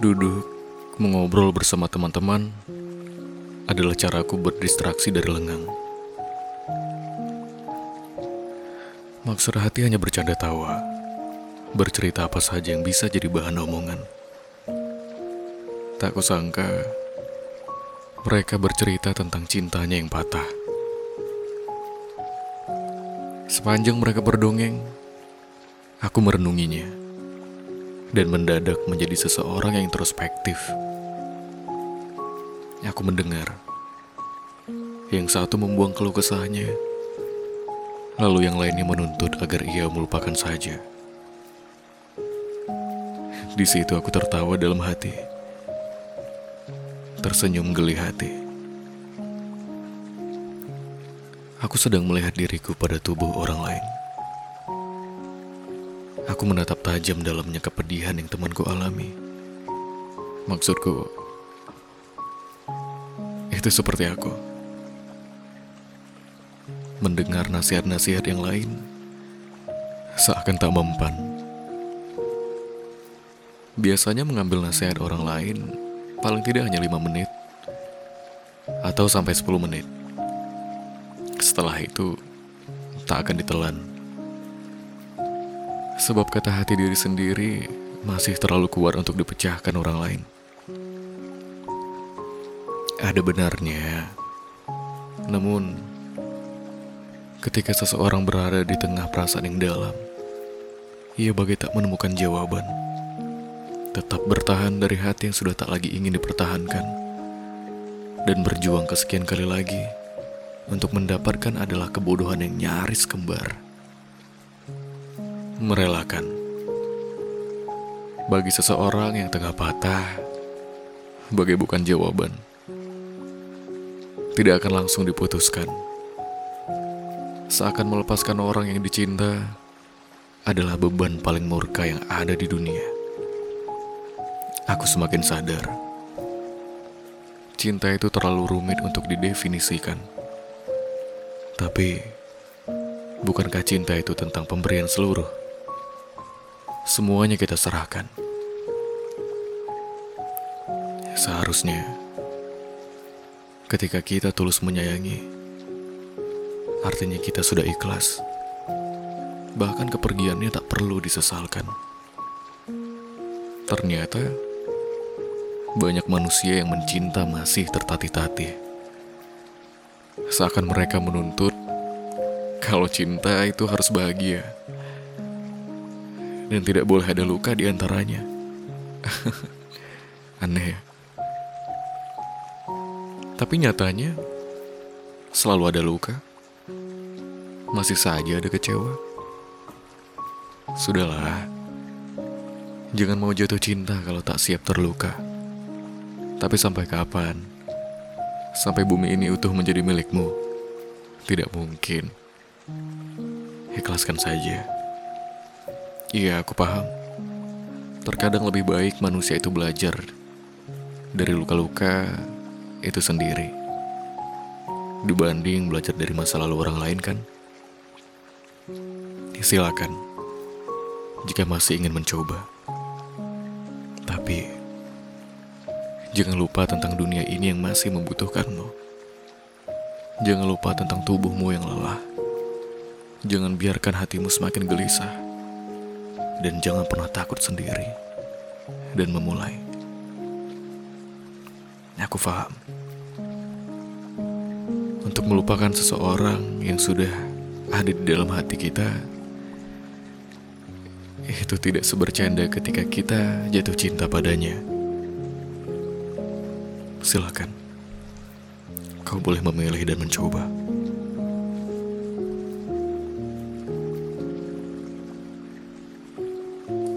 Duduk, mengobrol bersama teman-teman adalah caraku berdistraksi dari lengang. Maksud hati hanya bercanda tawa, bercerita apa saja yang bisa jadi bahan omongan. Tak kusangka, mereka bercerita tentang cintanya yang patah. Sepanjang mereka berdongeng, aku merenunginya dan mendadak menjadi seseorang yang introspektif. Aku mendengar, yang satu membuang keluh kesahnya, lalu yang lainnya menuntut agar ia melupakan saja. Di situ aku tertawa dalam hati, tersenyum geli hati. Aku sedang melihat diriku pada tubuh orang lain. Aku menatap tajam dalamnya kepedihan yang temanku alami. Maksudku, itu seperti aku. Mendengar nasihat-nasihat yang lain, seakan tak mempan. Biasanya mengambil nasihat orang lain, paling tidak hanya 5 menit, atau sampai 10 menit. Setelah itu, tak akan ditelan. Sebab kata hati diri sendiri masih terlalu kuat untuk dipecahkan orang lain. Ada benarnya. Namun, ketika seseorang berada di tengah perasaan yang dalam, ia bagai tak menemukan jawaban. Tetap bertahan dari hati yang sudah tak lagi ingin dipertahankan. Dan berjuang kesekian kali lagi untuk mendapatkan adalah kebodohan yang nyaris kembar. Merelakan. Bagi seseorang yang tengah patah, bagai bukan jawaban. Tidak akan langsung diputuskan. Seakan melepaskan orang yang dicinta adalah beban paling murka yang ada di dunia. Aku semakin sadar, cinta itu terlalu rumit untuk didefinisikan. Tapi, bukankah cinta itu tentang pemberian seluruh? Semuanya kita serahkan. Seharusnya, ketika kita tulus menyayangi, artinya kita sudah ikhlas. Bahkan kepergiannya tak perlu disesalkan. Ternyata, banyak manusia yang mencinta masih tertatih-tatih. Seakan mereka menuntut kalau cinta itu harus bahagia dan tidak boleh ada luka di antaranya. Aneh ya? Tapi nyatanya selalu ada luka. Masih saja ada kecewa. Sudahlah, jangan mau jatuh cinta kalau tak siap terluka. Tapi sampai kapan? Sampai bumi ini utuh menjadi milikmu? Tidak mungkin. Ikhlaskan saja. Iya, aku paham. Terkadang lebih baik manusia itu belajar dari luka-luka itu sendiri dibanding belajar dari masa lalu orang lain, kan? Silakan jika masih ingin mencoba. Tapi jangan lupa tentang dunia ini yang masih membutuhkanmu. Jangan lupa tentang tubuhmu yang lelah. Jangan biarkan hatimu semakin gelisah. Dan jangan pernah takut sendiri dan memulai. Aku paham. Untuk melupakan seseorang yang sudah ada di dalam hati kita, itu tidak sebercanda ketika kita jatuh cinta padanya. Silakan, kau boleh memilih dan mencoba.